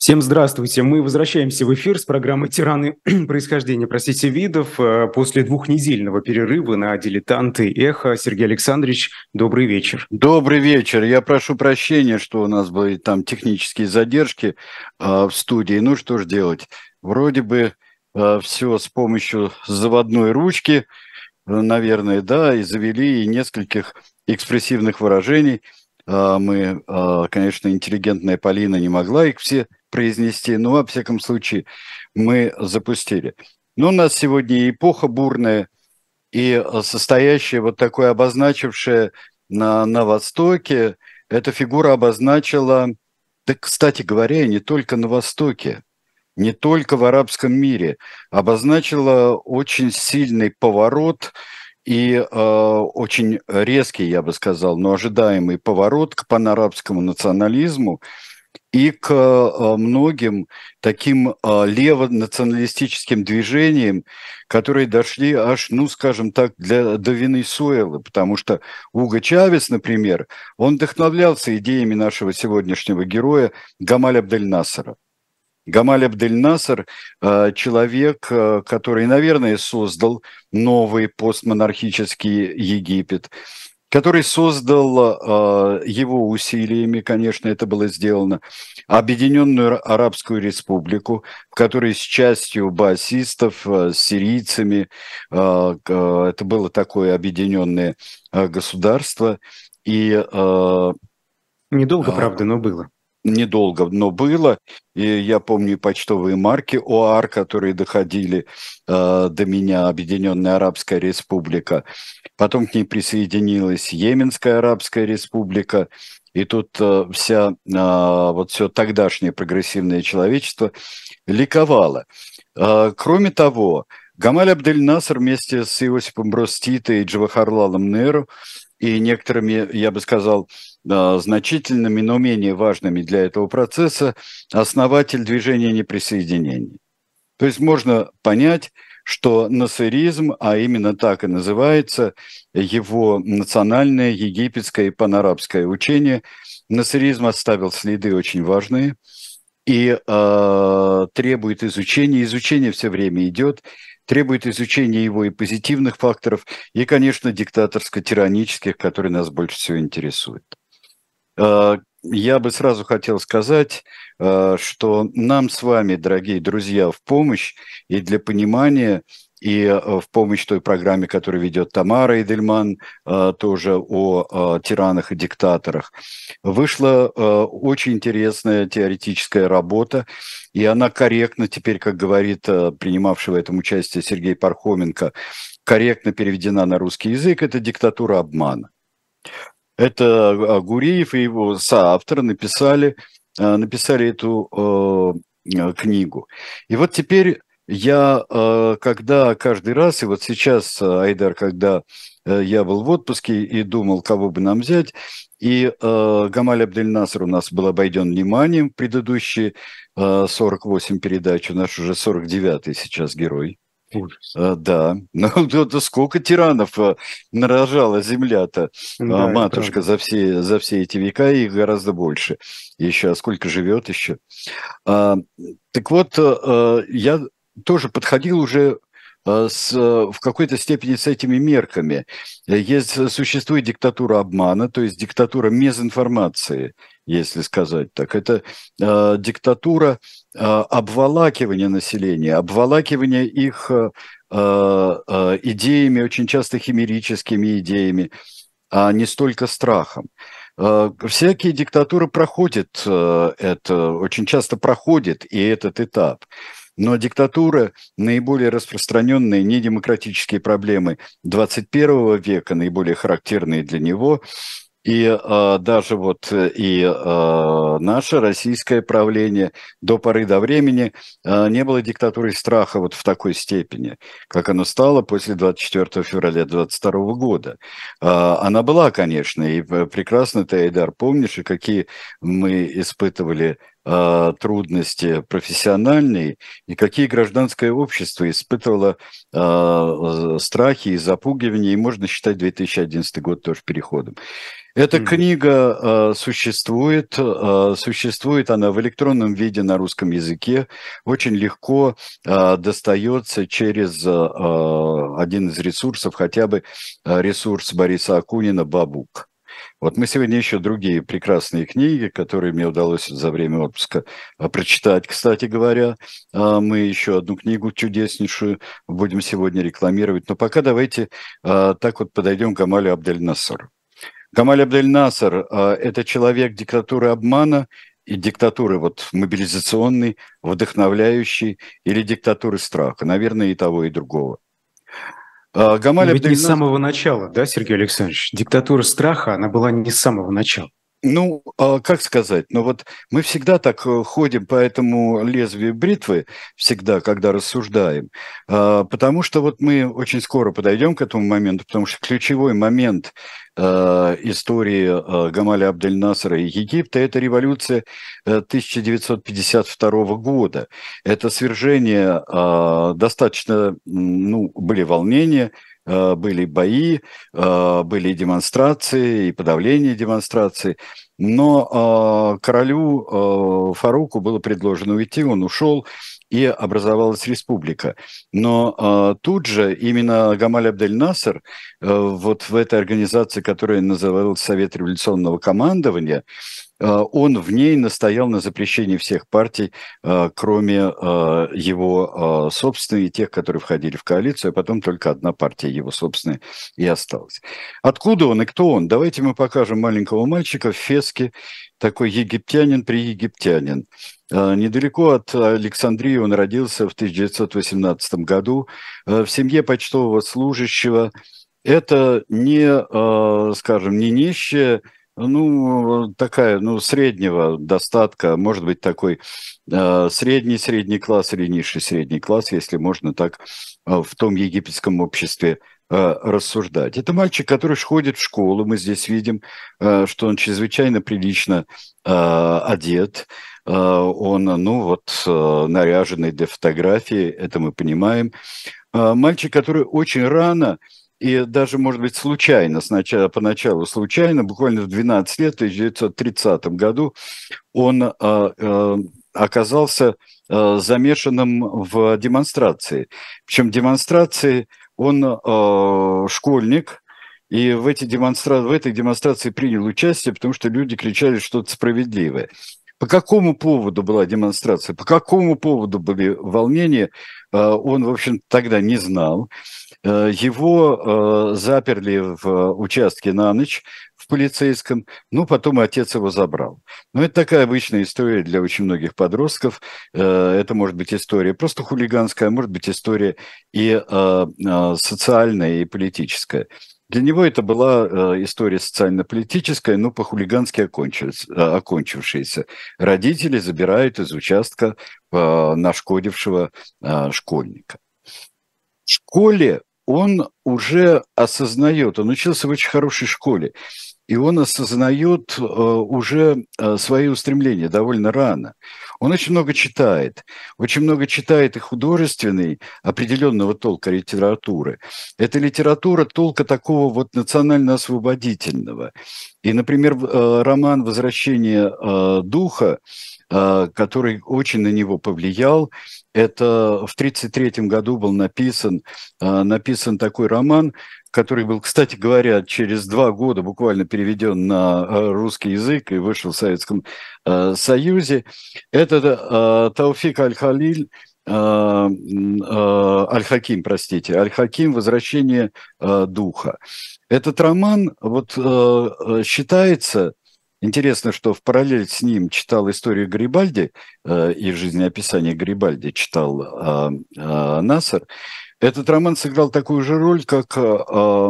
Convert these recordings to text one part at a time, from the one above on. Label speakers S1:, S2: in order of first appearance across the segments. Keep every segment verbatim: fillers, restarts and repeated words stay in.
S1: Всем здравствуйте. Мы возвращаемся в эфир с программой «Тираны происхождения, простите, видов». Э, После двухнедельного перерыва на «Дилетанты», «Эхо». Сергей Александрович, добрый вечер.
S2: Добрый вечер. Я прошу прощения, что у нас были там технические задержки э, в студии. Ну что ж делать? Вроде бы все с помощью заводной ручки, э, наверное, да, и завели и нескольких экспрессивных выражений. Э, мы, э, конечно, интеллигентная Полина не могла их все произнести, но, во всяком случае, мы запустили. Но у нас сегодня и эпоха бурная, и э, состоящая вот такое обозначившее на, на Востоке, эта фигура обозначила, да, кстати говоря, и не только на Востоке, не только в арабском мире, обозначила очень сильный поворот и э, очень резкий, я бы сказал, но ожидаемый поворот к панарабскому национализму и к э, многим таким э, левонационалистическим движениям, которые дошли аж, ну, скажем так, для, до Венесуэлы, потому что Уго Чавес, например, он вдохновлялся идеями нашего сегодняшнего героя Гамаля Абдель-Насера. Гамаль Абдель-Насер э, человек, э, который, наверное, создал новый постмонархический Египет, который создал э, его усилиями, конечно, это было сделано, Объединенную Арабскую Республику, в которой с частью баасистов, э, с сирийцами, э, э, это было такое объединенное э, государство, и э,
S1: Недолго,
S2: э,
S1: правда, но было.
S2: недолго, но было. И я помню почтовые марки ОАР, которые доходили э, до меня, Объединенная Арабская Республика. Потом к ней присоединилась Йеменская Арабская Республика. И тут э, вся, э, вот все тогдашнее прогрессивное человечество ликовало. Э, кроме того, Гамаль Абдель-Насер вместе с Иосифом Брос Тито и Джавахарлалом Неру и некоторыми, я бы сказал, значительными, но менее важными для этого процесса, основатель движения неприсоединения. То есть можно понять, что насеризм, а именно так и называется его национальное египетское и панарабское учение, насеризм оставил следы очень важные и э, требует изучения. Изучение все время идет, требует изучения его и позитивных факторов, и, конечно, диктаторско-тиранических, которые нас больше всего интересуют. Я бы сразу хотел сказать, что нам с вами, дорогие друзья, в помощь и для понимания, и в помощь той программе, которую ведет Тамара Эдельман, тоже о тиранах и диктаторах, вышла очень интересная теоретическая работа, и она корректно теперь, как говорит принимавший в этом участие Сергей Пархоменко, корректно переведена на русский язык. Это «Диктатура обмана». Это Гуриев и его соавторы написали, написали эту э, книгу. И вот теперь я, э, когда каждый раз, и вот сейчас, Айдар, когда я был в отпуске и думал, кого бы нам взять, и э, Гамаль Абдель-Насер у нас был обойден вниманием в предыдущие э, сорок восемь передач, у нас уже сорок девятый сейчас герой.
S1: Ужас.
S2: А, да, ну это сколько тиранов а, нарожала земля-то, а,
S1: Да, это
S2: матушка,
S1: правда.
S2: за все, за все эти века, их гораздо больше. Еще, а сколько живет еще. А, так вот, а, я тоже подходил уже а, с, в какой-то степени с этими мерками. Есть, существует диктатура обмана, то есть диктатура мезинформации, если сказать так. Это э, диктатура э, обволакивания населения, обволакивания их э, э, идеями, очень часто химерическими идеями, а не столько страхом. Э, всякие диктатуры проходят э, это, очень часто проходят и этот этап. Но диктатура, наиболее распространенные недемократические проблемы двадцать первого века, наиболее характерные для него, и э, даже вот и э, наше российское правление до поры до времени э, не было диктатурой страха вот в такой степени, как оно стало после двадцать четвёртого февраля двадцать второго года. Э, она была, конечно, и прекрасно ты, Айдар, помнишь, и какие мы испытывали э, трудности профессиональные, и какие гражданское общество испытывало э, страхи и запугивания, и можно считать две тысячи одиннадцатый год тоже переходом. Эта
S1: Мгм.
S2: книга э, существует, э, существует она в электронном виде на русском языке, очень легко э, достается через э, один из ресурсов, хотя бы э, ресурс Бориса Акунина «Бабук». Вот мы сегодня еще другие прекрасные книги, которые мне удалось за время отпуска э, прочитать, кстати говоря. Э, Мы еще одну книгу чудеснейшую будем сегодня рекламировать. Но пока давайте э, так вот подойдем к Гамалю Абдель-Насару. Гамаль Абдель-Насер э, это человек диктатуры обмана и диктатуры вот мобилизационной, вдохновляющей, или диктатуры страха. Наверное, и того, и другого. Э,
S1: Но
S2: Гамаль
S1: ведь не с
S2: Абдель-Насер,
S1: самого начала, да, Сергей Александрович? Диктатура страха, она была не с самого начала.
S2: ну, а как сказать, ну вот мы всегда так э, ходим по этому лезвию бритвы, всегда, когда рассуждаем, а, потому что вот мы очень скоро подойдем к этому моменту, потому что ключевой момент э, истории э, Гамаля Абдель-Насера и Египта – это революция э, тысяча девятьсот пятьдесят второго года. Это свержение, э, достаточно, м, ну, были волнения, э, были бои, э, были демонстрации и подавление демонстраций. Но э, королю э, Фаруку было предложено уйти, он ушел, и образовалась республика. Но э, тут же именно Гамаль Абдель-Насер э, вот в этой организации, которая называлась Совет революционного командования, э, он в ней настоял на запрещении всех партий, э, кроме э, его э, собственной и тех, которые входили в коалицию, а потом только одна партия его собственная и осталась. Откуда он и кто он? Давайте мы покажем маленького мальчика в феске, такой египтянин при египтянин. Э, Недалеко от Александрии он родился в тысяча девятьсот восемнадцатом году э, в семье почтового служащего. Это не, э, скажем, не нищая, ну, такая, ну, среднего достатка, может быть, такой э, средний средний класс или низший средний класс, если можно так э, в том египетском обществе э, рассуждать. Это мальчик, который ходит в школу, мы здесь видим, э, что он чрезвычайно прилично э, одет, э, он, ну, вот, э, наряженный для фотографии, это мы понимаем. Э, мальчик, который очень рано и даже, может быть, случайно, сначала, поначалу случайно, буквально в двенадцать лет, в тысяча девятьсот тридцатом году, он э, э, оказался э, замешанным в демонстрации. Причем демонстрации, он э, школьник, и в, эти демонстра... в этой демонстрации принял участие, потому что люди кричали что-то справедливое. По какому поводу была демонстрация, по какому поводу были волнения, э, он, в общем, тогда не знал. Э, Его э, заперли в участке на ночь в полицейском, ну, потом и отец его забрал. Но это такая обычная история для очень многих подростков. Э, Это может быть история просто хулиганская, а может быть история и э, э, социальная, и политическая. Для него это была э, история социально-политическая, но по-хулигански окончилась- э, окончившаяся. Родители забирают из участка э, нашкодившего э, школьника. В школе он уже осознает, он учился в очень хорошей школе, и он осознает э, уже э, свои устремления довольно рано. Он очень много читает, очень много читает и художественной, определенного толка литературы. Это литература толка такого вот национально-освободительного. И, например, в- э, роман «Возвращение э, духа», э, который очень на него повлиял, это в тридцать третьем году был написан, э, написан такой роман, который был, кстати говоря, через два года буквально переведен на э, русский язык и вышел в Советском э, Союзе. Это э, Тауфик Аль-Халиль, э, м, э, Аль-Хаким, простите, Аль-Хаким «Возвращение э, духа». Этот роман вот э, э, считается, интересно, что в параллель с ним читал историю Гарибальди э, и жизнеописание Гарибальди читал э, э, Насер. Этот роман сыграл такую же роль, как э, э,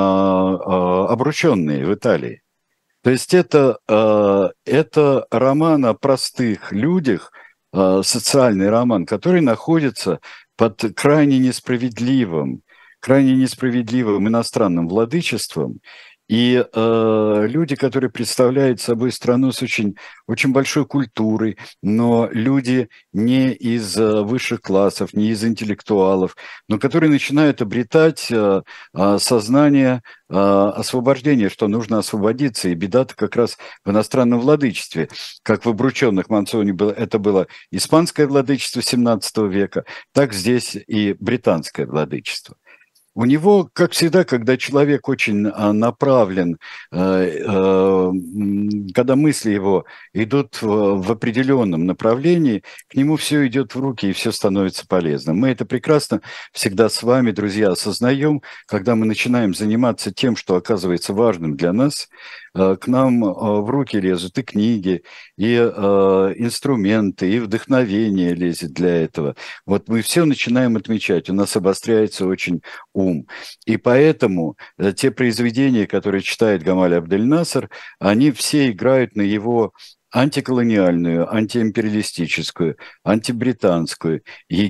S2: э, «Обрученные» в Италии. То есть это, э, это роман о простых людях, э, социальный роман, который находится под крайне несправедливым, крайне несправедливым иностранным владычеством. И э, люди, которые представляют собой страну с очень, очень большой культурой, но люди не из э, высших классов, не из интеллектуалов, но которые начинают обретать э, э, сознание э, освобождения, что нужно освободиться. И беда-то как раз в иностранном владычестве. Как в обрученных Мансоне было, это было испанское владычество семнадцатого века, так здесь и британское владычество. У него, как всегда, когда человек очень а, направлен, э, э, м, когда мысли его идут в, в определенном направлении, к нему все идет в руки и все становится полезным. Мы это прекрасно всегда с вами, друзья, осознаем, когда мы начинаем заниматься тем, что оказывается важным для нас. Э, к нам э, в руки лезут и книги, и э, инструменты, и вдохновение лезет для этого. Вот мы все начинаем отмечать, у нас обостряется очень ум. И поэтому э, те произведения, которые читает Гамаль Абдель-Насер, они все играют на его антиколониальную, антиимпериалистическую, антибританскую,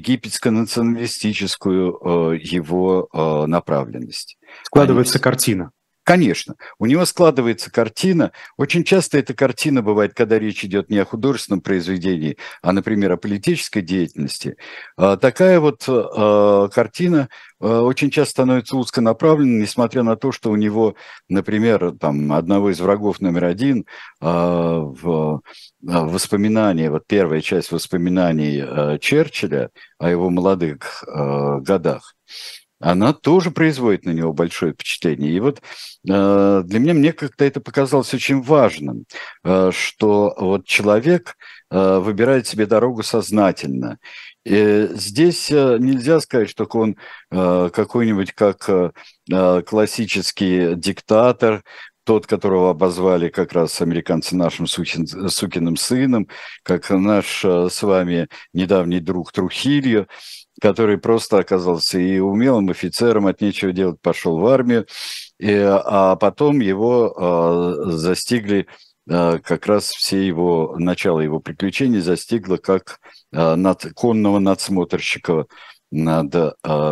S2: египетско-националистическую э, его э, направленность. Они
S1: Складывается картина.
S2: Конечно, у него складывается картина. Очень часто эта картина бывает, когда речь идет не о художественном произведении, а, например, о политической деятельности. А, Такая вот а, картина а, очень часто становится узконаправленной, несмотря на то, что у него, например, там, одного из врагов номер один а, в а, воспоминания, вот первая часть воспоминаний а, Черчилля о его молодых а, годах, она тоже производит на него большое впечатление. И вот э, для меня, мне как-то это показалось очень важным, э, что вот человек э, выбирает себе дорогу сознательно. И здесь э, нельзя сказать, что он э, какой-нибудь как э, э, классический диктатор, тот, которого обозвали как раз американцы нашим сукин, сукиным сыном, как наш э, с вами недавний друг Трухильо, который просто оказался и умелым офицером, от нечего делать пошел в армию, и, а потом его а, застигли, а, как раз все его, начало его приключений застигло как а, над, конного надсмотрщика над, а, а,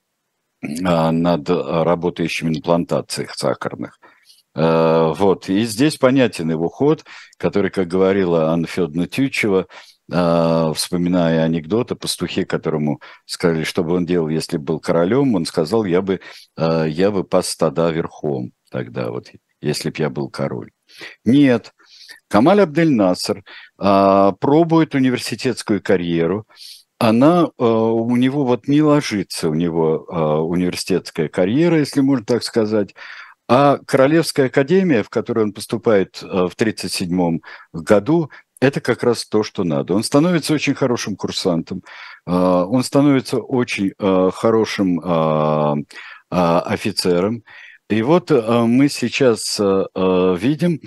S2: над работающими на плантациях сахарных. А, вот, и здесь понятен его ход, который, как говорила Анна Федоровна Тютчева, Uh, вспоминая анекдот о пастухе, которому сказали, что бы он делал, если бы был королем, он сказал, я бы, uh, я бы пас стада верхом тогда, вот, если бы я был король. Нет, Камаль Абдель-Насер uh, пробует университетскую карьеру, она uh, у него вот не ложится, у него uh, университетская карьера, если можно так сказать. А Королевская академия, в которую он поступает uh, в тысяча девятьсот тридцать седьмом году, это как раз то, что надо. Он становится очень хорошим курсантом, он становится очень хорошим офицером. И вот мы сейчас видим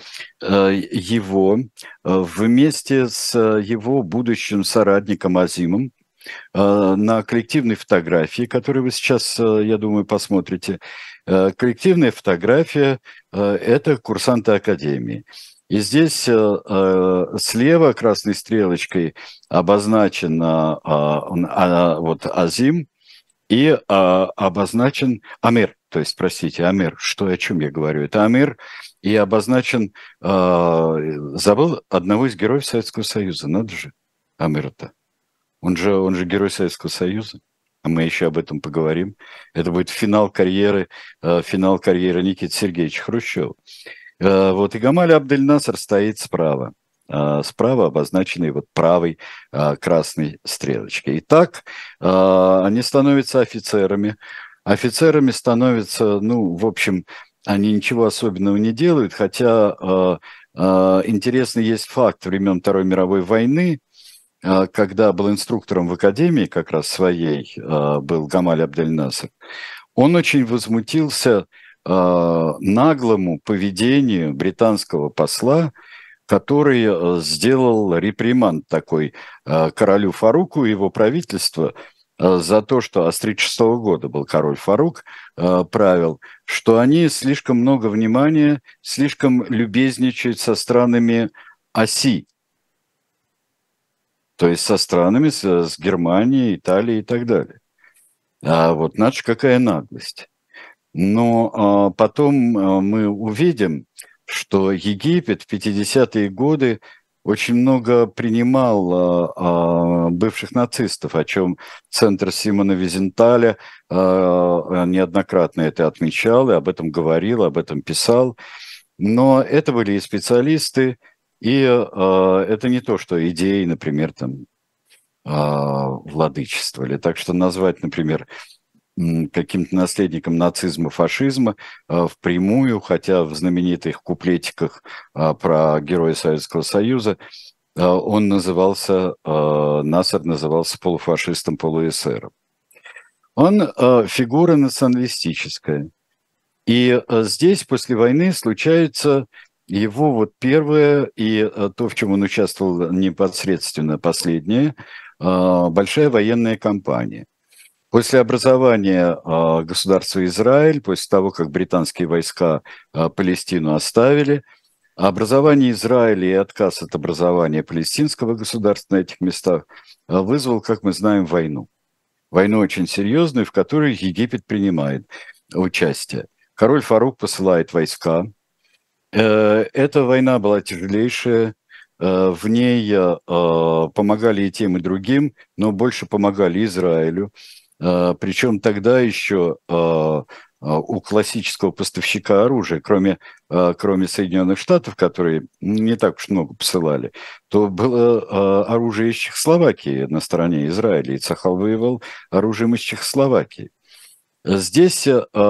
S2: его вместе с его будущим соратником Азимом на коллективной фотографии, которую вы сейчас, я думаю, посмотрите. Коллективная фотография – это курсанты Академии. И здесь э, слева красной стрелочкой обозначен э, э, вот Азим и э, обозначен Амир, то есть, простите, Амир, что, о чем я говорю? Это Амир, и обозначен, э, забыл одного из героев Советского Союза, надо же, Амир-то. Он же, он же герой Советского Союза. А мы еще об этом поговорим. Это будет финал карьеры, э, финал карьеры Никиты Сергеевича Хрущева. Вот, и Гамаль Абдель-Насер стоит справа. Справа обозначенной вот правой красной стрелочкой. Итак, они становятся офицерами. Офицерами становятся, ну, в общем, они ничего особенного не делают, хотя интересный есть факт времен Второй мировой войны, когда был инструктором в академии, как раз своей, был Гамаль Абдель-Насер, он очень возмутился наглому поведению британского посла, который сделал реприманд такой королю Фаруку и его правительству за то, что а с тридцать шестого года был король Фарук, правил, что они слишком много внимания, слишком любезничают со странами оси, то есть со странами, с, с Германией, Италией и так далее. А вот наша какая наглость. Но потом мы увидим, что Египет в пятидесятые годы очень много принимал бывших нацистов, о чем Центр Симона Визенталя неоднократно это отмечал, и об этом говорил, об этом писал. Но это были и специалисты, и это не то, что идеи, например, там владычествовали. Так что назвать, например, каким-то наследником нацизма, фашизма э, впрямую, хотя в знаменитых куплетиках э, про героя Советского Союза э, он назывался, э, Насер назывался полуфашистом, полуэсером. Он э, фигура националистическая. И э, здесь после войны случается его вот первое, и э, то, в чем он участвовал непосредственно последнее, э, большая военная кампания. После образования э, государства Израиль, после того, как британские войска э, Палестину оставили, образование Израиля и отказ от образования палестинского государства на этих местах э, вызвал, как мы знаем, войну. Войну очень серьезную, в которой Египет принимает участие. Король Фарук посылает войска. Э, эта война была тяжелейшая. Э, в ней э, помогали и тем, и другим, но больше помогали Израилю. Причем тогда еще у классического поставщика оружия, кроме, кроме Соединенных Штатов, которые не так уж много посылали, то было оружие из Чехословакии на стороне Израиля, и Цахал воевал оружием из Чехословакии. Здесь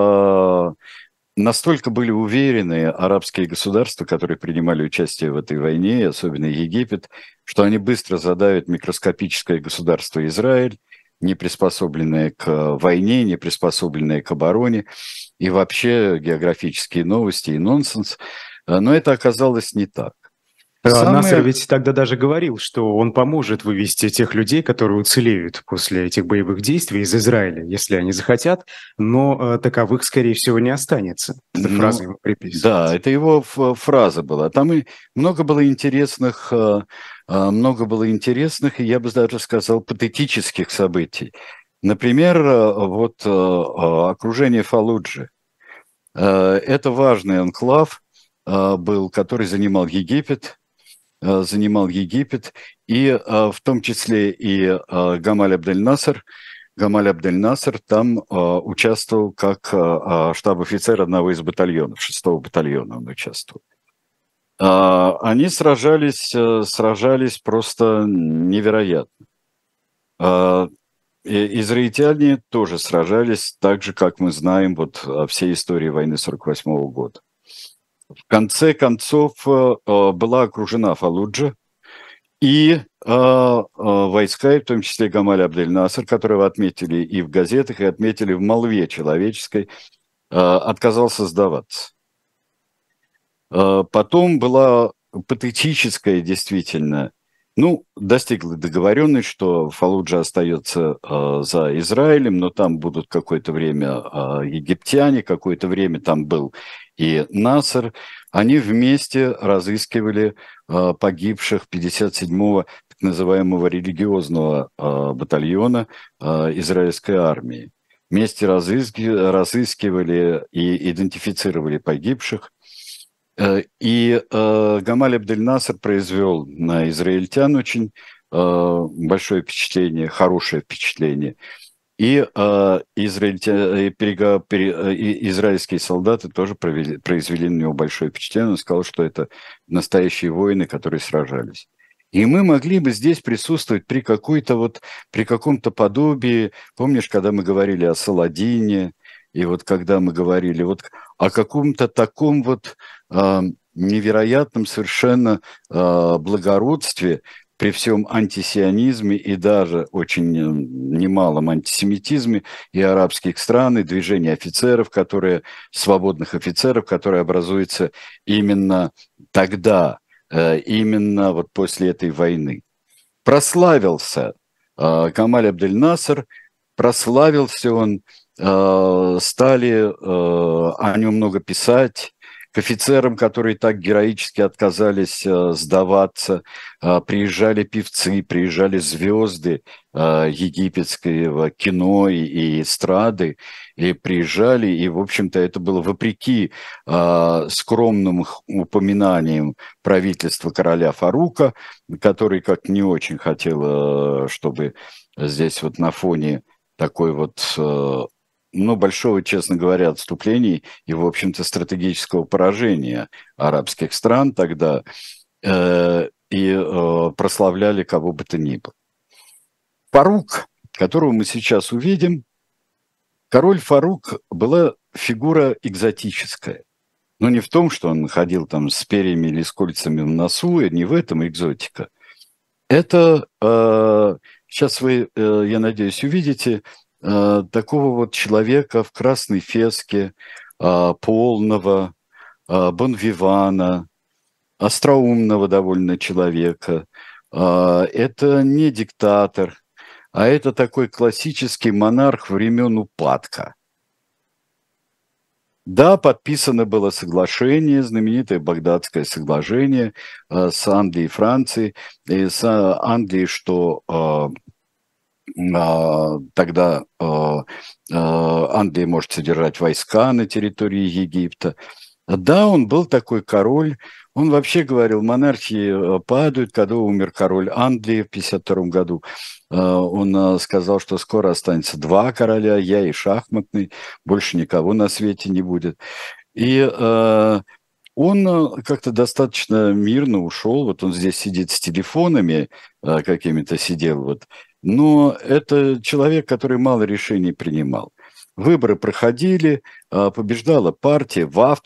S2: настолько были уверены арабские государства, которые принимали участие в этой войне, особенно Египет, что они быстро задавят микроскопическое государство Израиль, не приспособленные к войне, не приспособленные к обороне, и вообще географические новости и нонсенс. Но это оказалось не так.
S1: Самое... Насер ведь тогда даже говорил, что он поможет вывести тех людей, которые уцелеют после этих боевых действий из Израиля, если они захотят, но э, таковых, скорее всего, не останется. Эта ну, фраза ему приписывается.
S2: Да, это его фраза была. Там и много было интересных, много было интересных, и я бы даже сказал, патетических событий. Например, вот окружение Фаллуджи. Это важный анклав был, который занимал Египет, занимал Египет, и в том числе и Гамаль Абдель-Насер. Гамаль Абдель-Насер там участвовал как штаб-офицер одного из батальонов, шестого батальона он участвовал. Они сражались, сражались просто невероятно. Израильтяне тоже сражались так же, как мы знаем вот всей истории войны сорок восьмого года. В конце концов была окружена Фаллуджа, и войска, в том числе Гамаль Абдель-Насер, которого отметили и в газетах, и отметили в молве человеческой, отказался сдаваться. Потом была патетическая, действительно, ну, достигла договоренность, что Фаллуджа остается э, за Израилем, но там будут какое-то время э, египтяне, какое-то время там был и Насер. Они вместе разыскивали э, погибших пятьдесят седьмого так называемого религиозного э, батальона э, израильской армии. Вместе разыски, разыскивали и идентифицировали погибших. И э, Гамаль Абдель-Насер произвел на израильтян очень э, большое впечатление, хорошее впечатление. И, э, израильтя, и, перега, пере, и израильские солдаты тоже провели, произвели на него большое впечатление. Он сказал, что это настоящие воины, которые сражались. И мы могли бы здесь присутствовать при какой-то вот, при каком-то подобии. Помнишь, когда мы говорили о Саладине, и вот когда мы говорили вот о каком-то таком вот э, невероятном совершенно э, благородстве при всем антисионизме и даже очень немалом антисемитизме и арабских стран, и движения офицеров, которые, свободных офицеров, которые образуются именно тогда, э, именно вот после этой войны. Прославился э, Гамаль Абдель-Насер, прославился он, стали э, о нем много писать, к офицерам, которые так героически отказались сдаваться, приезжали певцы, приезжали звезды египетского кино и эстрады, и приезжали, и, в общем-то, это было вопреки скромным упоминаниям правительства короля Фарука, который как не очень хотел, чтобы здесь вот на фоне такой вот, ну, большого, честно говоря, отступлений и, в общем-то, стратегического поражения арабских стран тогда э, и э, прославляли кого бы то ни было. Фарук, которого мы сейчас увидим, король Фарук была фигура экзотическая. Но не в том, что он ходил там с перьями или с кольцами в носу, и не в этом экзотика. Это, э, сейчас вы, э, я надеюсь, увидите, э, такого вот человека в красной феске, э, полного, э, бонвивана, остроумного довольно человека. Э, это не диктатор, а это такой классический монарх времен упадка. Да, подписано было соглашение, знаменитое Багдадское соглашение э, с Англией и Францией. И с э, Англией, что э, э, тогда э, э, Англия может содержать войска на территории Египта. Да, он был такой король. Он вообще говорил, монархии падают. Когда умер король Англии в пятьдесят втором году, он сказал, что скоро останется два короля, я и шахматный, больше никого на свете не будет. И он как-то достаточно мирно ушел. Вот он здесь сидит с телефонами, какими-то сидел. Вот. Но это человек, который мало решений принимал. Выборы проходили, побеждала партия, ВАФТ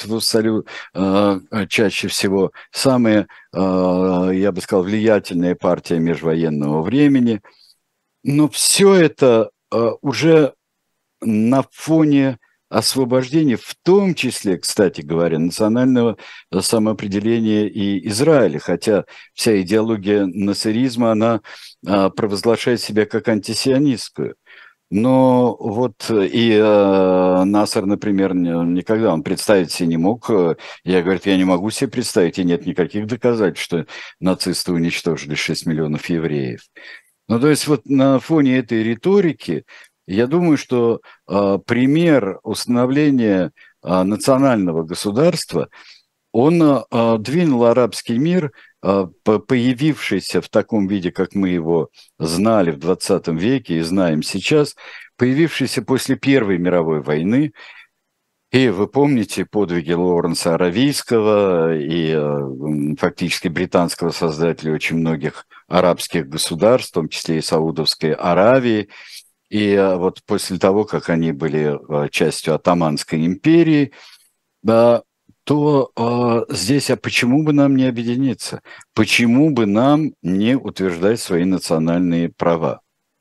S2: чаще всего, самая, я бы сказал, влиятельная партия межвоенного времени. Но все это уже на фоне освобождения, в том числе, кстати говоря, национального самоопределения и Израиля, хотя вся идеология нассеризма, она провозглашает себя как антисионистскую. Но вот и э, Насер, например, никогда он представить себе не мог. Я говорю, я не могу себе представить, и нет никаких доказательств, что нацисты уничтожили шесть миллионов евреев. Ну, то есть вот на фоне этой риторики, я думаю, что э, пример установления э, национального государства, он э, двинул арабский мир, э, появившийся в таком виде, как мы его знали в двадцатом веке и знаем сейчас, появившийся после Первой мировой войны. И вы помните подвиги Лоуренса Аравийского и э, фактически британского создателя очень многих арабских государств, в том числе и Саудовской Аравии. И э, вот после того, как они были э, частью Оттоманской империи, э, то э, здесь, а почему бы нам не объединиться? Почему бы нам не утверждать свои национальные права?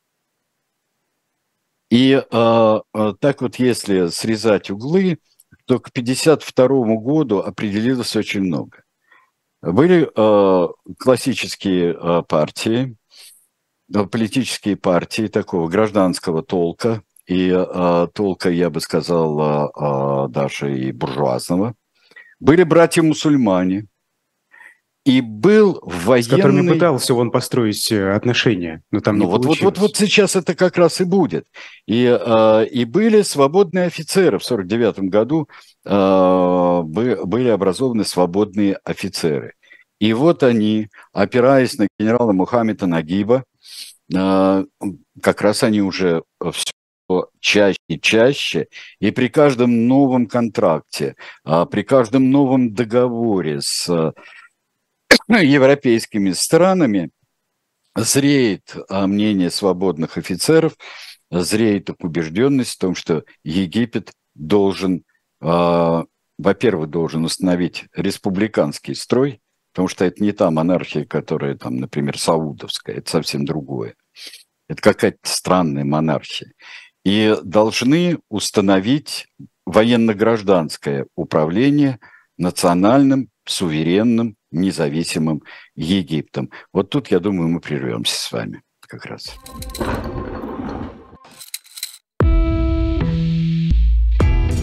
S2: И э, э, так вот, если срезать углы, то к пятьдесят второму году определилось очень много. Были э, классические э, партии, э, политические партии такого гражданского толка, и э, толка, я бы сказал, э, э, даже и буржуазного. Были братья-мусульмане, и был военный...
S1: С которыми пытался он построить отношения, но там
S2: ну
S1: не
S2: вот,
S1: получилось.
S2: Вот, вот, вот сейчас это как раз и будет. И, э, и были свободные офицеры. В сорок девятом году э, были образованы свободные офицеры. И вот они, опираясь на генерала Мухаммеда Нагиба, э, как раз они уже все чаще и чаще, и при каждом новом контракте, э, при каждом новом договоре с э, европейскими странами зреет мнение свободных офицеров, зреет их убежденность в том, что Египет должен, э, во-первых, должен установить республиканский строй, потому что это не та монархия, которая, там, например, саудовская, это совсем другое. Это какая-то странная монархия. И должны установить военно-гражданское управление национальным, суверенным, независимым Египтом. Вот тут, я думаю, мы прервемся с вами как раз.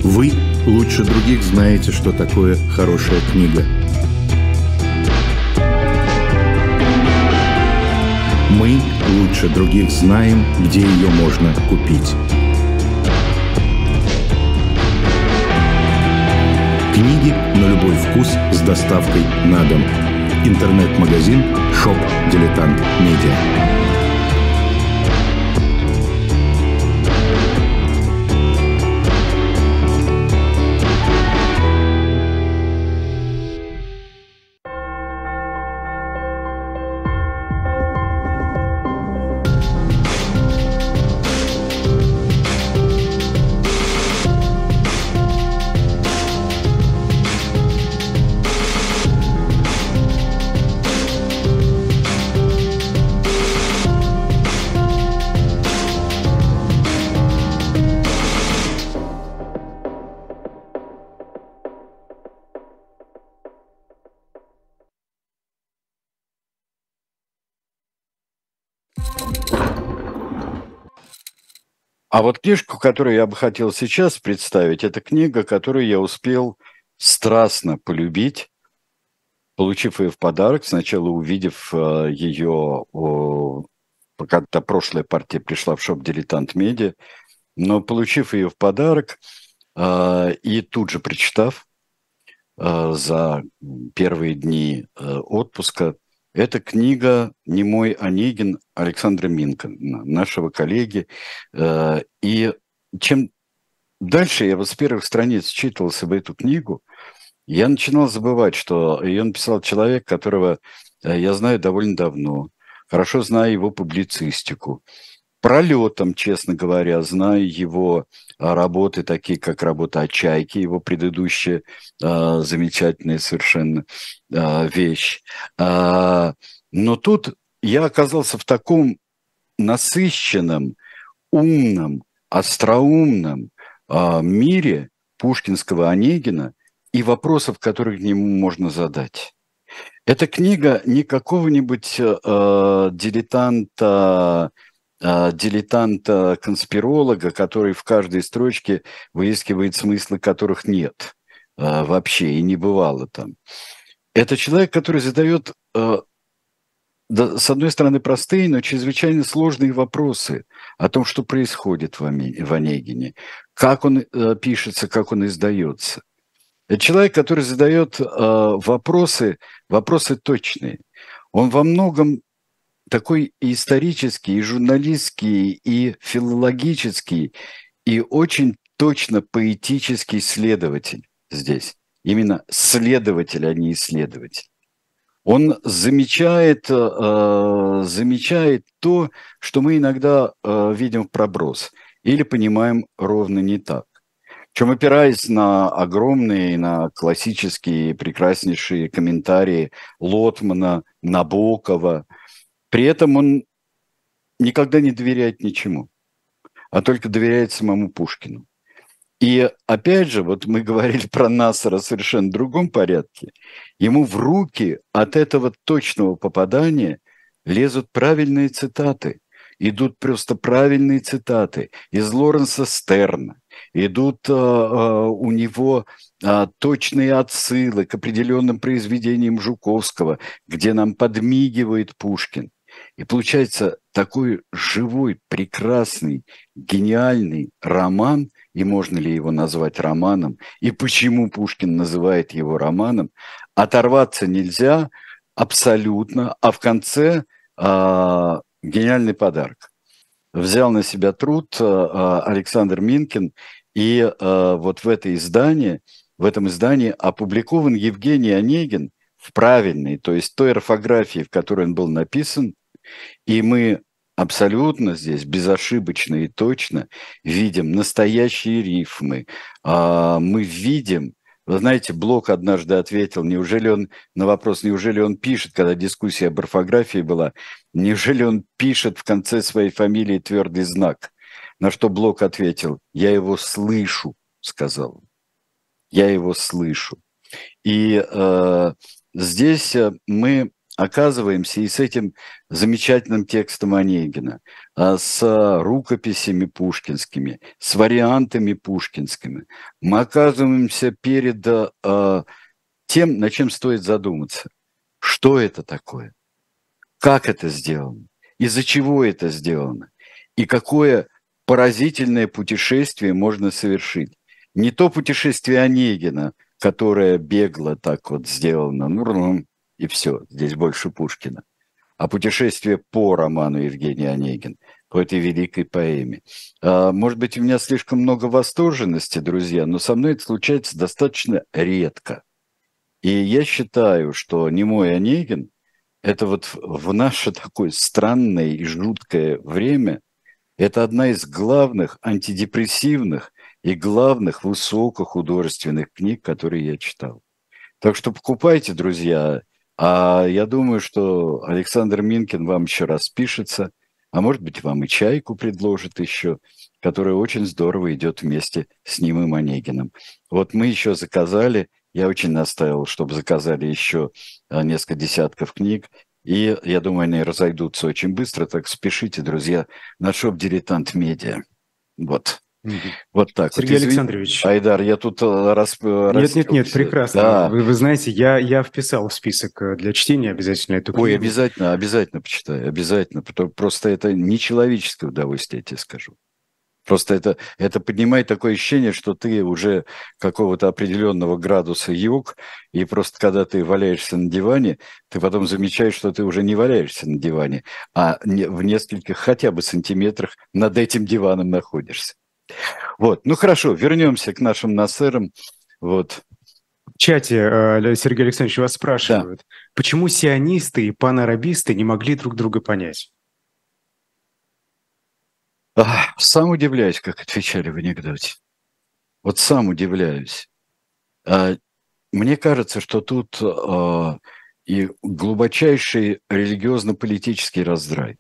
S3: Вы лучше других знаете, что такое хорошая книга. Мы лучше других знаем, где ее можно купить. Книги на любой вкус с доставкой на дом. Интернет-магазин «Шоп Дилетант Медиа».
S2: А вот книжку, которую я бы хотел сейчас представить, это книга, которую я успел страстно полюбить, получив ее в подарок, сначала увидев ее, когда прошлая партия пришла в шоп «Дилетант Медиа», но получив ее в подарок и тут же прочитав за первые дни отпуска, это книга «Немой Онегин» Александра Минкина, нашего коллеги. И чем дальше я вот с первых страниц читался в эту книгу, я начинал забывать, что ее написал человек, которого я знаю довольно давно, хорошо знаю его публицистику. Пролетом, честно говоря, знаю его работы, такие как работа о «Чайке», его предыдущая э, замечательная совершенно э, вещь. Э, но тут я оказался в таком насыщенном, умном, остроумном э, мире пушкинского Онегина и вопросов, которые к нему можно задать. Эта книга не какого-нибудь э, дилетанта, дилетанта-конспиролога, который в каждой строчке выискивает смыслы, которых нет а, вообще и не бывало там. Это человек, который задает, а, да, с одной стороны, простые, но чрезвычайно сложные вопросы о том, что происходит в, Оме, в Онегине, как он а, пишется, как он издается. Это человек, который задает а, вопросы, вопросы точные. Он во многом такой и исторический, и журналистский, и филологический, и очень точно поэтический следователь здесь. Именно следователь, а не исследователь. Он замечает, э, замечает то, что мы иногда э, видим в проброс или понимаем ровно не так. Причем опираясь на огромные, на классические, прекраснейшие комментарии Лотмана, Набокова. При этом он никогда не доверяет ничему, а только доверяет самому Пушкину. И опять же, вот мы говорили про Нассера в совершенно другом порядке, ему в руки от этого точного попадания лезут правильные цитаты, идут просто правильные цитаты из Лоренса Стерна, идут а, а, у него а, точные отсылы к определенным произведениям Жуковского, где нам подмигивает Пушкин. И получается такой живой, прекрасный, гениальный роман, и можно ли его назвать романом, и почему Пушкин называет его романом, оторваться нельзя абсолютно, а в конце а, гениальный подарок. Взял на себя труд а, Александр Минкин, и а, вот в это издание, в этом издании опубликован Евгений Онегин в правильной, то есть той орфографии, в которой он был написан, и мы абсолютно здесь безошибочно и точно видим настоящие рифмы. Мы видим, вы знаете, Блок однажды ответил, неужели он, на вопрос, неужели он пишет, когда дискуссия об орфографии была, неужели он пишет в конце своей фамилии твердый знак? На что Блок ответил, я его слышу, сказал он. Я его слышу. И э, здесь мы оказываемся и с этим замечательным текстом Онегина, с рукописями пушкинскими, с вариантами пушкинскими, мы оказываемся перед тем, над чем стоит задуматься. Что это такое? Как это сделано? Из-за чего это сделано? И какое поразительное путешествие можно совершить? Не то путешествие Онегина, которое бегло так вот сделано, ну, и все, здесь больше Пушкина, а путешествие по роману Евгений Онегин, по этой великой поэме. Может быть, у меня слишком много восторженности, друзья, но со мной это случается достаточно редко. И я считаю, что немой Онегин – это вот в наше такое странное и жуткое время, это одна из главных антидепрессивных и главных высокохудожественных книг, которые я читал. Так что покупайте, друзья. А я думаю, что Александр Минкин вам еще распишется, а может быть, вам и чайку предложит еще, которая очень здорово идет вместе с немым Онегиным. Вот мы еще заказали, я очень настаивал, чтобы заказали еще несколько десятков книг, и я думаю, они разойдутся очень быстро, так спешите, друзья, на шоп «Дилетант Медиа». Вот. Mm-hmm. Вот так.
S1: Сергей вот, Александрович.
S2: Айдар, я тут рас...
S1: Нет, нет, нет, прекрасно. Да. Вы, вы знаете, я, я вписал в список для чтения обязательно эту книгу.
S2: Ой, обязательно, обязательно почитаю, обязательно. Просто это нечеловеческое удовольствие, я тебе скажу. Просто это, это поднимает такое ощущение, что ты уже какого-то определенного градуса йог, и просто когда ты валяешься на диване, ты потом замечаешь, что ты уже не валяешься на диване, а в нескольких хотя бы сантиметрах над этим диваном находишься. Вот, ну хорошо, вернемся к нашим нассерам. Вот.
S1: В чате, Сергей Александрович, вас спрашивают, да. Почему сионисты и панарабисты не могли друг друга понять?
S2: Ах, сам удивляюсь, как отвечали в анекдоте. Вот сам удивляюсь. Мне кажется, что тут и глубочайший религиозно-политический раздрай.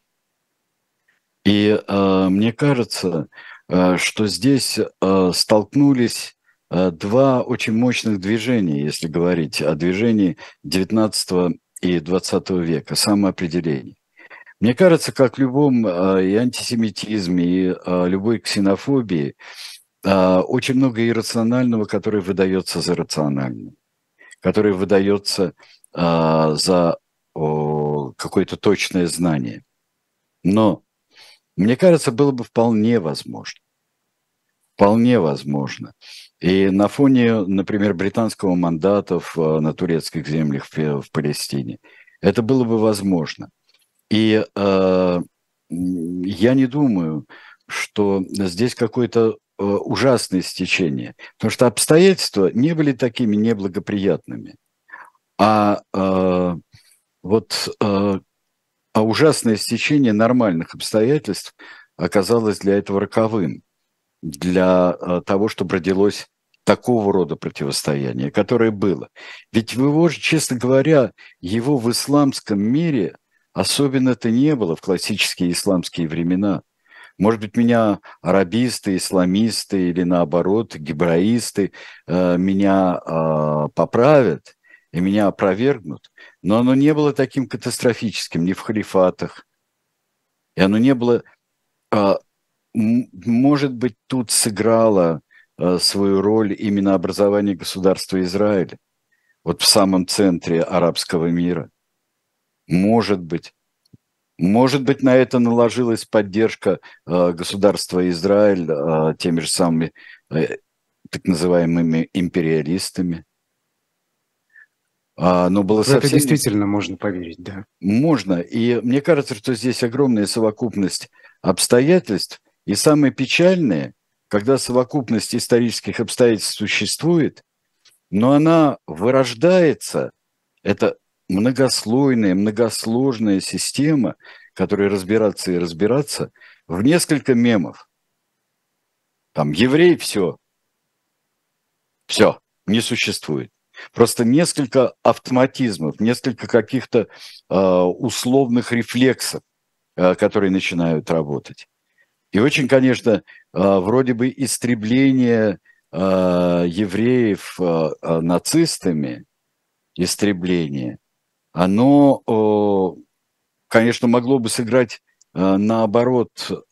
S2: И мне кажется, что здесь столкнулись два очень мощных движения, если говорить о движении девятнадцатого и двадцатого века, самоопределение. Мне кажется, как в любом и антисемитизме, и любой ксенофобии, очень много иррационального, которое выдается за рациональное, которое выдается за какое-то точное знание. Но, мне кажется, было бы вполне возможно, вполне возможно. И на фоне, например, британского мандата на турецких землях в Палестине, это было бы возможно. И э, я не думаю, что здесь какое-то э, ужасное стечение, потому что обстоятельства не были такими неблагоприятными. А э, вот э, а ужасное стечение нормальных обстоятельств оказалось для этого роковым, для э, того, чтобы родилось такого рода противостояние, которое было. Ведь его же, честно говоря, его в исламском мире особенно-то не было в классические исламские времена. Может быть, меня арабисты, исламисты или, наоборот, гебраисты э, меня э, поправят и меня опровергнут, но оно не было таким катастрофическим ни в халифатах. И оно не было... Э, может быть, тут сыграло э, свою роль именно образование государства Израиля, вот в самом центре арабского мира. Может быть. Может быть, на это наложилась поддержка э, государства Израиль э, теми же самыми э, так называемыми империалистами. А, но было
S1: в совсем... это действительно можно поверить, да.
S2: Можно. И мне кажется, что здесь огромная совокупность обстоятельств. И самое печальное, когда совокупность исторических обстоятельств существует, но она вырождается, это многослойная, многосложная система, которой разбираться и разбираться, в несколько мемов. Там еврей, все. Все, не существует. Просто несколько автоматизмов, несколько каких-то э, условных рефлексов, э, которые начинают работать. И очень, конечно, э, вроде бы истребление э, евреев э, нацистами, истребление, оно, конечно, могло бы сыграть наоборот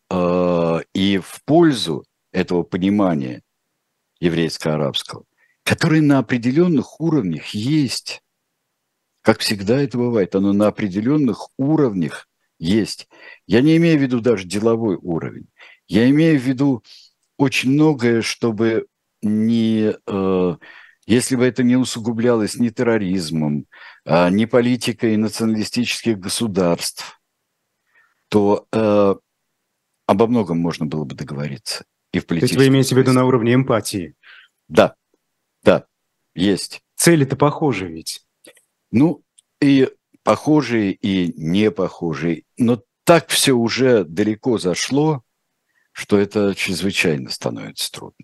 S2: и в пользу этого понимания еврейско-арабского, которое на определенных уровнях есть. Как всегда это бывает, оно на определенных уровнях есть. Я не имею в виду даже деловой уровень. Я имею в виду очень многое, чтобы не, э, если бы это не усугублялось ни терроризмом, э, ни политикой националистических государств, то э, обо многом можно было бы договориться. И в
S1: То есть вы
S2: политическом
S1: имеете в виду
S2: смысле.
S1: на уровне эмпатии?
S2: Да, да, есть.
S1: Цели-то похожи ведь.
S2: Ну, и похожие, и не похожие. Но так все уже далеко зашло, что это чрезвычайно становится трудно.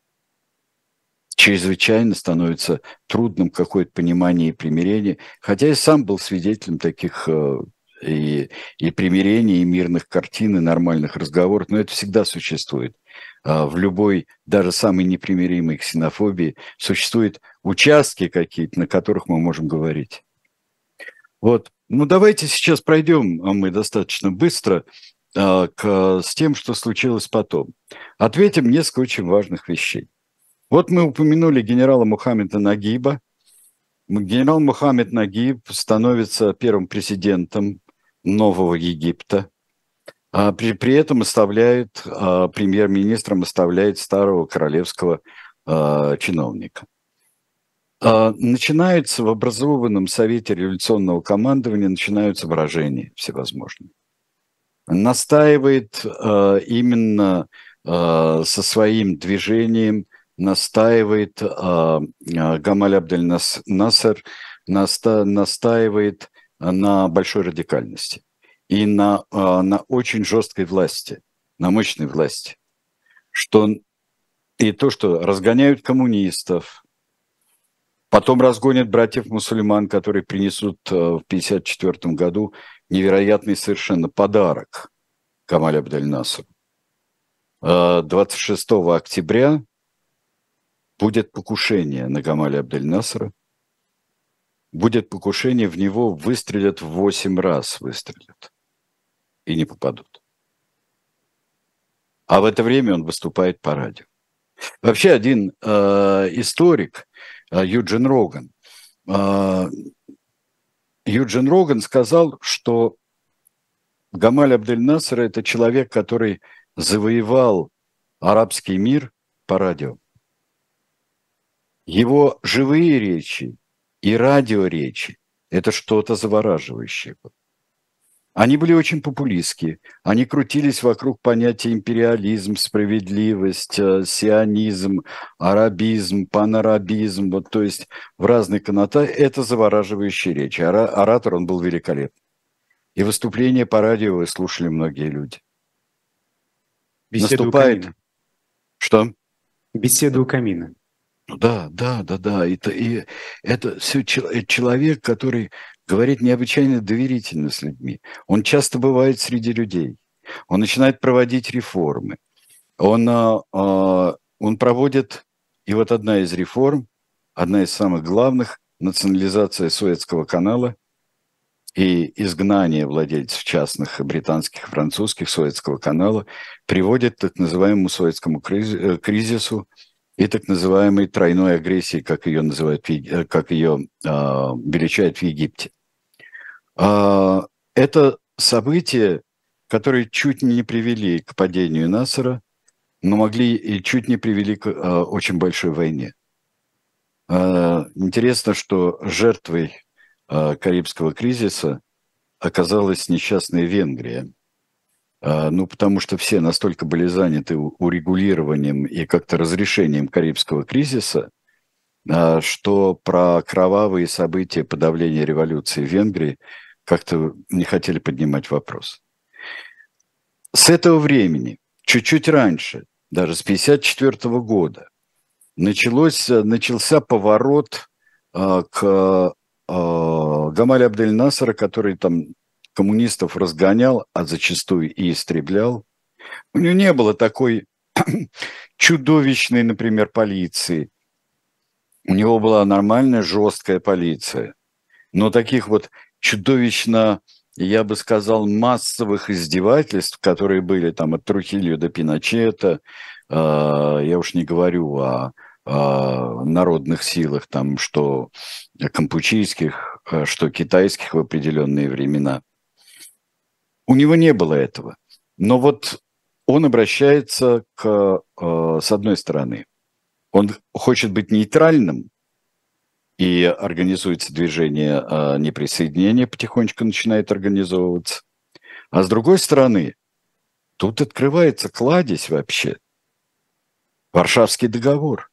S2: Чрезвычайно становится трудным какое-то понимание и примирение. Хотя я сам был свидетелем таких э, и, и примирений, и мирных картин, и нормальных разговоров. Но это всегда существует. Э, в любой, даже самой непримиримой ксенофобии существуют участки какие-то, на которых мы можем говорить. Вот. Ну, давайте сейчас пройдем, а мы достаточно быстро, э, к, с тем, что случилось потом. Ответим несколько очень важных вещей. Вот мы упомянули генерала Мухаммеда Нагиба. Генерал Мухаммед Нагиб становится первым президентом Нового Египта. А при, при этом оставляет, а, премьер-министром оставляет старого королевского а, чиновника. А, начинается в образованном Совете революционного командования, начинаются брожения всевозможные. Настаивает а, именно а, со своим движением, настаивает а, Гамаль Абдель Насер, наста, настаивает на большой радикальности и на, а, на очень жесткой власти, на мощной власти. Что, и то, что разгоняют коммунистов, потом разгонят братьев-мусульман, которые принесут а, в тысяча девятьсот пятьдесят четвёртом году невероятный совершенно подарок Гамаль Абдель Насеру. А, двадцать шестого октября будет покушение на Гамаля Абдель Насера. Будет покушение, в него выстрелят в восемь раз, выстрелят. И не попадут. А в это время он выступает по радио. Вообще один э, историк, э, Юджин Роган, э, Юджин Роган сказал, что Гамаль Абдель Насер – это человек, который завоевал арабский мир по радио. Его живые речи и радиоречи – это что-то завораживающее. Они были очень популистские. Они крутились вокруг понятия империализм, справедливость, сионизм, арабизм, панарабизм. Вот, то есть в разные коннотации. Это завораживающие речи. Оратор, он был великолепный. И выступления по радио вы слушали многие люди.
S1: Беседу
S2: Наступает...
S1: у камина.
S2: Что?
S1: Беседу у камина.
S2: Да, да, да, да. Это, и это все человек, который говорит необычайно доверительно с людьми. Он часто бывает среди людей. Он начинает проводить реформы. Он, он проводит, и вот одна из реформ, одна из самых главных, национализация Суэцкого канала и изгнание владельцев частных британских и французских Суэцкого канала приводит к так называемому Суэцкому кризису, и так называемой тройной агрессии, как ее называют, как ее э, величают в Египте. Э, это события, которые чуть не привели к падению Насера, но могли и чуть не привели к э, очень большой войне. Э, интересно, что жертвой э, Карибского кризиса оказалась несчастная Венгрия. Ну, потому что все настолько были заняты урегулированием и как-то разрешением Карибского кризиса, что про кровавые события подавления революции в Венгрии как-то не хотели поднимать вопрос. С этого времени, чуть-чуть раньше, даже с тысяча девятьсот пятьдесят четвёртого года, началось, начался поворот к Гамалю Абдель Насера, который там коммунистов разгонял, а зачастую и истреблял. У него не было такой чудовищной, например, полиции. У него была нормальная жесткая полиция. Но таких вот чудовищно, я бы сказал, массовых издевательств, которые были там от Трухильо до Пиночета, э, я уж не говорю о, о народных силах, там, что кампучийских, что китайских в определенные времена. У него не было этого. Но вот он обращается к, э, с одной стороны, он хочет быть нейтральным, и организуется движение э, неприсоединения, потихонечку начинает организовываться. А с другой стороны, тут открывается кладезь вообще. Варшавский договор.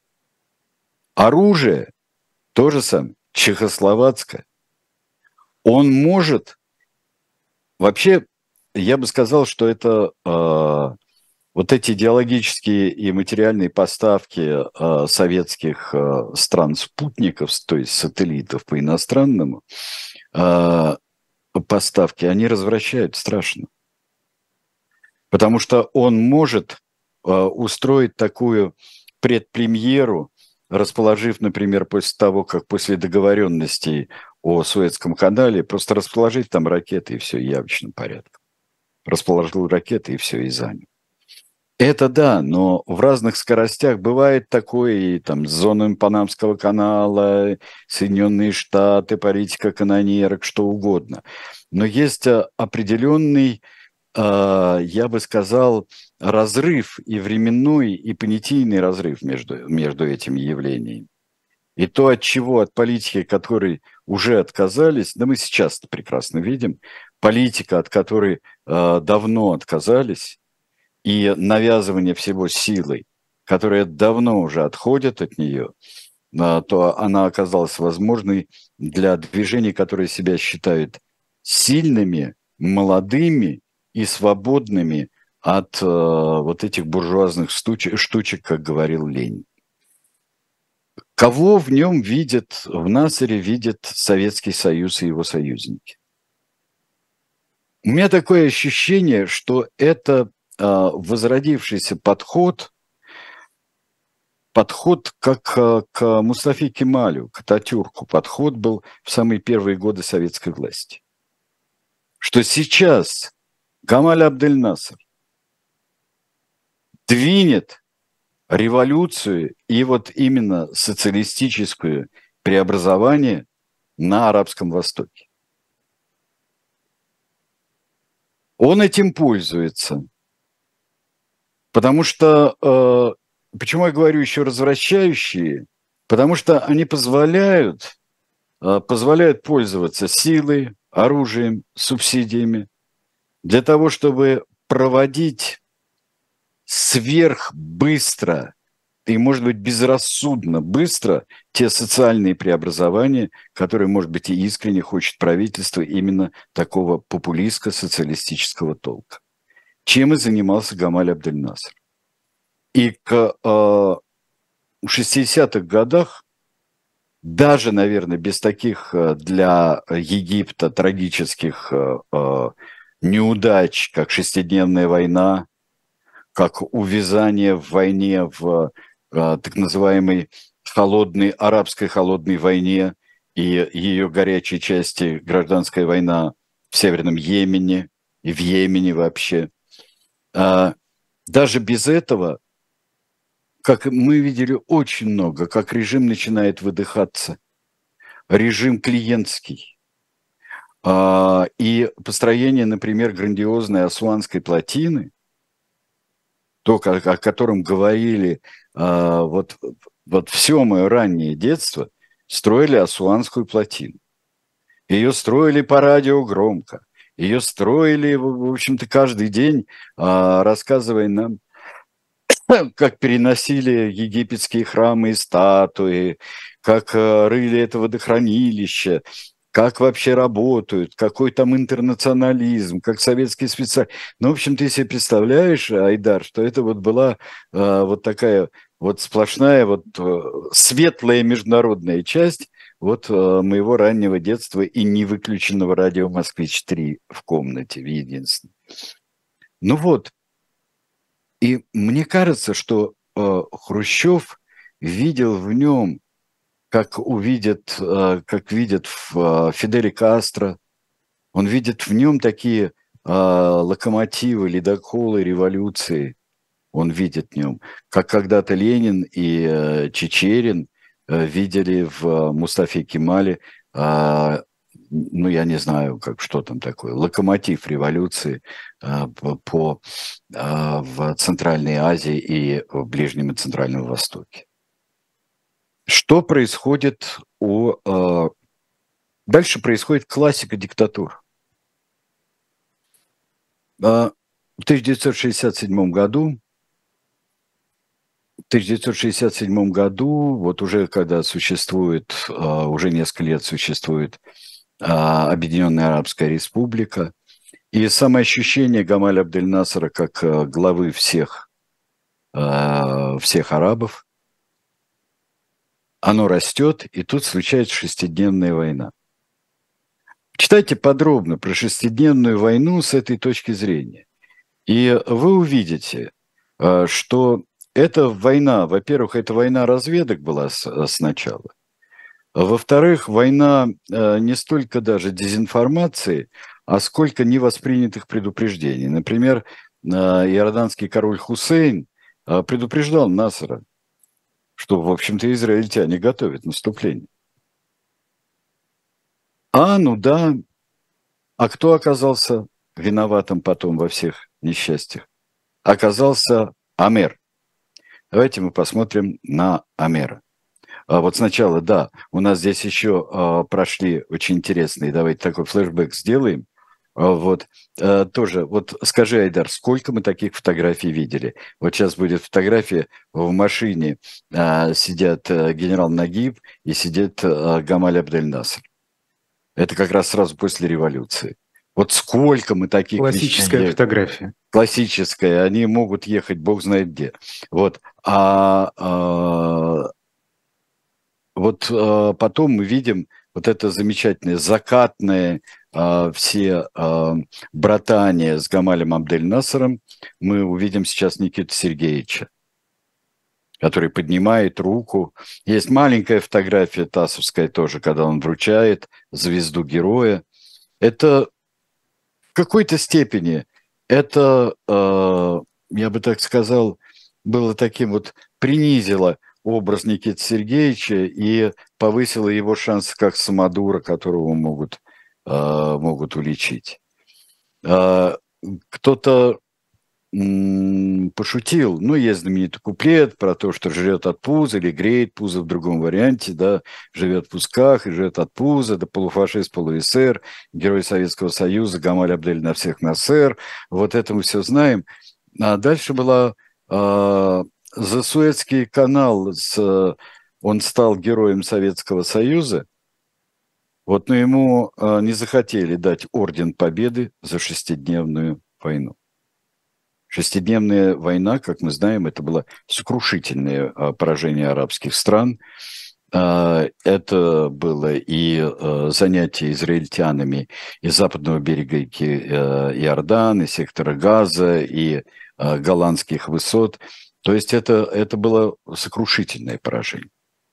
S2: Оружие, то же самое, чехословацкое. Он может... Вообще, я бы сказал, что это... Э, Вот эти идеологические и материальные поставки э, советских э, стран-спутников, то есть сателлитов по иностранному, э, поставки, они развращают страшно. Потому что он может э, устроить такую предпремьеру, расположив, например, после того, как после договоренностей о Суэцком канале, просто расположить там ракеты, и все, явочным порядком. Расположил ракеты, и все, и занял. Это да, но в разных скоростях бывает такое, и там с зонами Панамского канала, Соединенные Штаты, политика канонерок, что угодно. Но есть определенный, я бы сказал, разрыв и временной, и понятийный разрыв между, между этими явлениями. И то, от чего, от политики, которой уже отказались, да мы сейчас это прекрасно видим, политика, от которой давно отказались, и навязывание всего силой, которая давно уже отходит от нее, то она оказалась возможной для движений, которые себя считают сильными, молодыми и свободными от вот этих буржуазных штучек, как говорил Ленин. Кого в нем видят, в Насере видят Советский Союз и его союзники? У меня такое ощущение, что это возродившийся подход, подход как к Мустафе Кемалю, к Ататюрку. Подход был в самые первые годы советской власти. Что сейчас Гамаль Абдель-Насер двинет революцию и вот именно социалистическое преобразование на Арабском Востоке. Он этим пользуется. Потому что, э, почему я говорю еще развращающие? Потому что они позволяют, э, позволяют пользоваться силой, оружием, субсидиями для того, чтобы проводить сверхбыстро и, может быть, безрассудно быстро те социальные преобразования, которые, может быть, и искренне хочет правительство именно такого популистско-социалистического толка. Чем и занимался Гамаль Абдель-Насер. И к э, шестидесятых годах, даже, наверное, без таких для Египта трагических э, э, неудач, как шестидневная война, как увязание в войне, в э, так называемой холодной, арабской холодной войне и ее горячей части гражданская война в Северном Йемене и в Йемене вообще. Даже без этого, как мы видели очень много, как режим начинает выдыхаться, режим клиентский. И построение, например, грандиозной Асуанской плотины, то, о котором говорили вот, вот все мое раннее детство, строили Асуанскую плотину. Ее строили по радио громко. Ее строили, в общем-то, каждый день, рассказывая нам, как переносили египетские храмы и статуи, как рыли это водохранилище, как вообще работают, какой там интернационализм, как советские специалисты. Ну, в общем, ты себе представляешь, Айдар, что это вот была вот такая вот сплошная, вот светлая международная часть вот моего раннего детства и невыключенного радио «Москвич-три» в комнате, в единственной. Ну вот, и мне кажется, что э, Хрущев видел в нем как увидит, как видит в Фиделе Кастро. Он видит в нем такие локомотивы, ледоколы революции. Он видит в нем, как когда-то Ленин и Чичерин видели в Мустафе Кемале, ну, я не знаю, как, что там такое, локомотив революции по, в Центральной Азии и в Ближнем и Центральном Востоке. Что происходит у... Дальше происходит классика диктатур. В тысяча девятьсот шестьдесят седьмом году, в тысяча девятьсот шестьдесят седьмом году, вот уже когда существует, уже несколько лет существует Объединенная Арабская Республика, и самоощущение Гамаля Абдель-Насера как главы всех, всех арабов, оно растет, и тут случается шестидневная война. Читайте подробно про шестидневную войну с этой точки зрения. И вы увидите, что эта война, во-первых, это война разведок была сначала. Во-вторых, война не столько даже дезинформации, а сколько невоспринятых предупреждений. Например, иорданский король Хусейн предупреждал Насера, что, в общем-то, израильтяне готовят наступление. А, ну да. А кто оказался виноватым потом во всех несчастьях? Оказался Амер. Давайте мы посмотрим на Амера. А вот сначала, да, у нас здесь еще а, прошли очень интересные, давайте такой флешбэк сделаем. А, вот, а, тоже, вот скажи, Айдар, сколько мы таких фотографий видели? Вот сейчас будет фотография, в машине а, сидят а, генерал Нагиб и сидит а, Гамаль Абдель-Насер. Это как раз сразу после революции. Вот сколько мы таких...
S1: Классическая вещей... фотография.
S2: Классическая, они могут ехать бог знает где. Вот, а... а Вот э, потом мы видим вот это замечательное закатное э, все э, братание с Гамалем Абдель-Насером. Мы увидим сейчас Никиту Сергеевича, который поднимает руку. Есть маленькая фотография тассовская тоже, когда он вручает звезду героя. Это в какой-то степени, это, э, я бы так сказал, было таким вот, принизило образ Никиты Сергеевича и повысило его шансы как самодура, которого могут, э, могут уличить. Э, кто-то м- пошутил, ну, есть знаменитый куплет про то, что жрет от пуза или греет пузо в другом варианте, да, живет в пусках и живет от пуза, да, полуфашист, полуэсер, герой Советского Союза, Гамаль Абдель на всех насер, вот это мы все знаем. А дальше была... Э, За Суэцкий канал с, он стал героем Советского Союза, вот, но ему а, не захотели дать орден Победы за шестидневную войну. Шестидневная война, как мы знаем, это было сокрушительное а, поражение арабских стран. А, это было и а, занятие израильтянами из западного берега а, Иордана, и сектора Газа, и а, голландских высот. То есть это, это было сокрушительное поражение.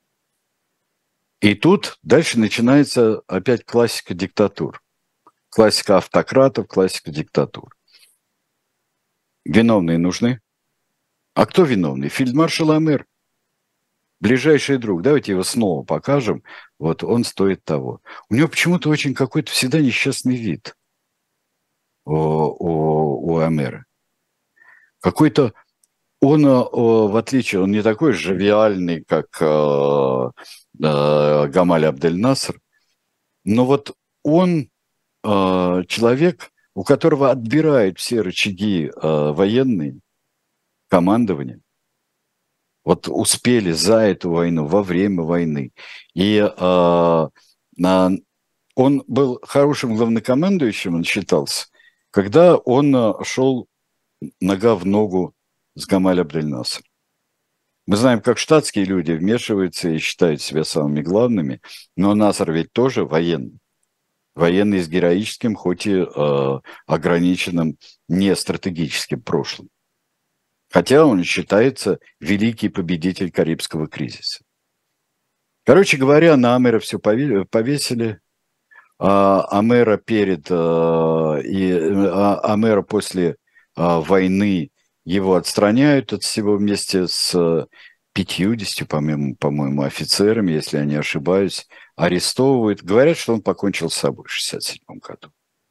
S2: И тут дальше начинается опять классика диктатур. Классика автократов, классика диктатур. Виновные нужны. А кто виновный? Фельдмаршал Амер. Ближайший друг. Давайте его снова покажем. Вот он стоит того. У него почему-то очень какой-то всегда несчастный вид у, у, у Амера. Какой-то... Он, в отличие, он не такой живиальный, как э, э, Гамаль Абдель-Насер, но вот он э, человек, у которого отбирают все рычаги э, военные, командование. Вот успели за эту войну, во время войны. И э, на, он был хорошим главнокомандующим, он считался, когда он шел нога в ногу с Гамаль Абдель-Насером. Мы знаем, как штатские люди вмешиваются и считают себя самыми главными, но Насер ведь тоже военный. Военный с героическим, хоть и э, ограниченным не стратегическим прошлым. Хотя он считается великий победитель Карибского кризиса. Короче говоря, на Амера все повесили. А Амера перед а, и а, Амера после а, войны его отстраняют от всего вместе с пятьюдесятью, по-моему, по-моему, офицерами, если я не ошибаюсь, арестовывают. Говорят, что он покончил с собой в шестьдесят седьмом году.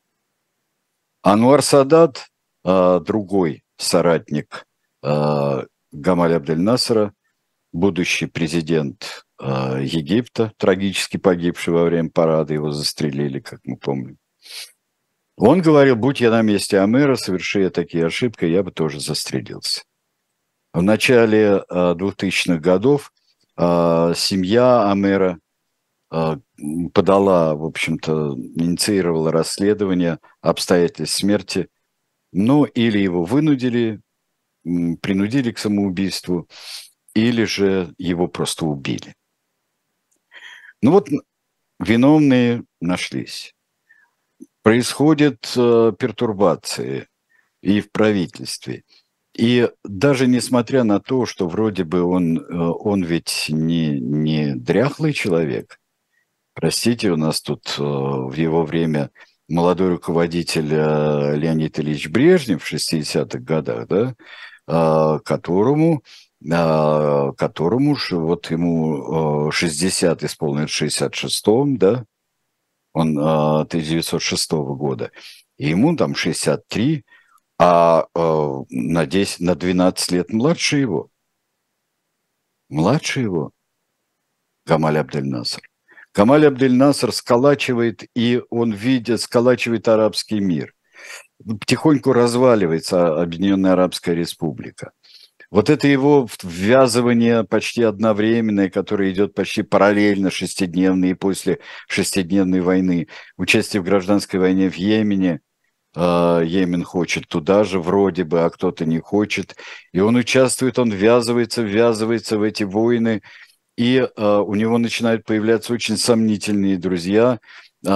S2: Ануар Садат, а, другой соратник а, Гамаля Абдель-Насера, будущий президент э, Египта, трагически погибший во время парада, его застрелили, как мы помним. Он говорил: будь я на месте Амера, соверши я такие ошибки, я бы тоже застрелился. В начале э, двухтысячных годов э, семья Амера э, подала, в общем-то, инициировала расследование обстоятельств смерти, ну, или его вынудили, принудили к самоубийству, или же его просто убили. Ну вот, виновные нашлись. Происходят э, пертурбации и в правительстве. И даже несмотря на то, что вроде бы он, э, он ведь не, не дряхлый человек. Простите, у нас тут э, в его время молодой руководитель э, Леонид Ильич Брежнев в шестидесятых годах, да, э, которому... которому же вот ему шестьдесят исполнилось в шестьдесят шестом, да, он тысяча девятьсот шестого года, и ему там шестьдесят три, а на десять, на двенадцать лет младше его. Младше его Гамаль Абдель-Насер. Гамаль Абдель-Насер сколачивает, и он видит, сколачивает арабский мир. Потихоньку разваливается Объединенная Арабская Республика. Вот это его ввязывание почти одновременное, которое идет почти параллельно шестидневной и после шестидневной войны, участие в гражданской войне в Йемене, э, Йемен хочет туда же вроде бы, а кто-то не хочет, и он участвует, он ввязывается, ввязывается в эти войны, и э, у него начинают появляться очень сомнительные друзья, э,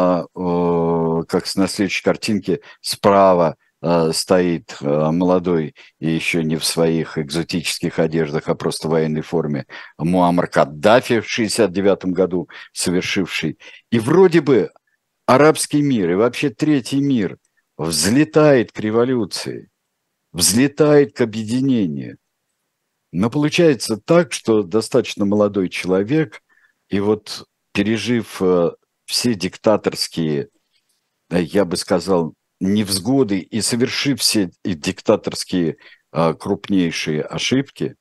S2: э, как на следующей картинке справа стоит молодой и еще не в своих экзотических одеждах, а просто в военной форме Муаммар Каддафи в шестьдесят девятом году совершивший. И вроде бы арабский мир и вообще третий мир взлетает к революции, взлетает к объединению. Но получается так, что достаточно молодой человек, и вот пережив все диктаторские, я бы сказал, невзгоды и совершив все диктаторские а, крупнейшие ошибки,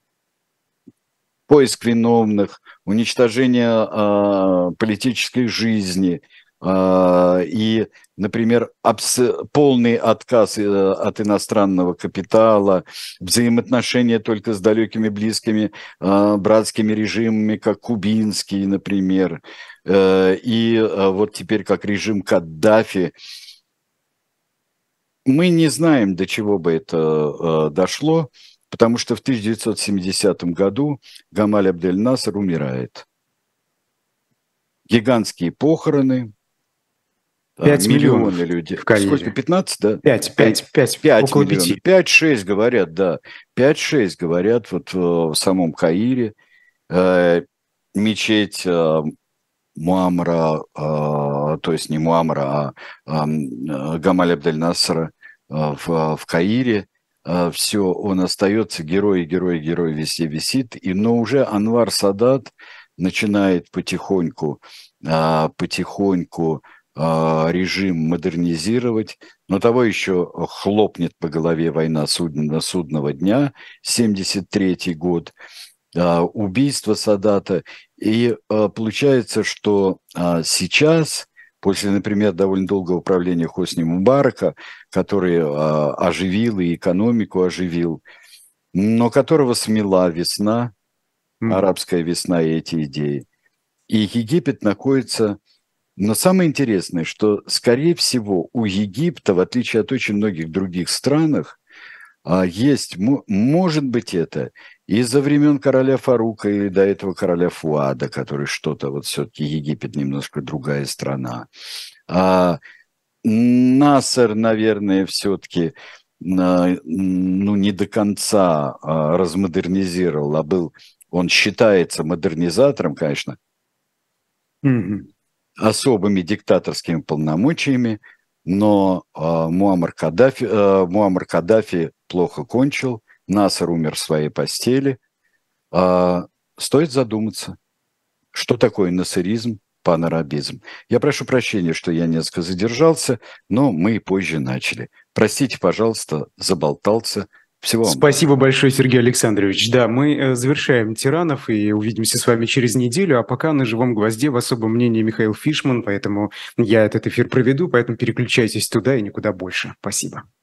S2: поиск виновных, уничтожение а, политической жизни а, и, например, абс- полный отказ от иностранного капитала, взаимоотношения только с далекими, близкими а, братскими режимами, как кубинский, например, а, и а, вот теперь как режим Каддафи. Мы не знаем, до чего бы это э, дошло, потому что в тысяча девятьсот семидесятом году Гамаль Абдель-Насер умирает. Гигантские похороны,
S1: пять
S2: миллионы
S1: миллионов
S2: людей.
S1: В Каире.
S2: Сколько, пятнадцать, да?
S1: пять, пять, пять,
S2: пять
S1: около
S2: миллионов.
S1: пяти.
S2: пять-шесть говорят, да. пять-шесть говорят вот э, в самом Каире. Э, мечеть э, Муаммара, э, то есть не Муаммара, а э, Гамаль Абдель-Насера в, в Каире, все, он остается герой, герой, герой, везде висит, и, но уже Анвар Садат начинает потихоньку, потихоньку режим модернизировать, но того еще хлопнет по голове война судно, судного дня, семьдесят третий год, убийство Садата, и получается, что сейчас... После, например, довольно долгого правления Хосни Мубарака, который а, оживил и экономику оживил, но которого смела весна, mm. арабская весна и эти идеи. И Египет находится... Но самое интересное, что, скорее всего, у Египта, в отличие от очень многих других стран, есть, может быть, это из-за времен короля Фарука или до этого короля Фуада, который что-то, вот все-таки Египет немножко другая страна. А Насер, наверное, все-таки ну, не до конца размодернизировал, а был Он считается модернизатором, конечно,
S1: Mm-hmm.
S2: особыми диктаторскими полномочиями, но э, Муаммар Каддафи, э, Муаммар Каддафи плохо кончил, Насер умер в своей постели. Э, стоит задуматься, что такое насеризм, панарабизм. Я прошу прощения, что я несколько задержался, но мы и позже начали. Простите, пожалуйста, заболтался. Всего вам
S1: Спасибо доброго. Большое, Сергей Александрович. Да, мы завершаем «Тиранов» и увидимся с вами через неделю, а пока на «Живом гвозде» в особом мнении Михаил Фишман, поэтому я этот эфир проведу, поэтому переключайтесь туда и никуда больше. Спасибо.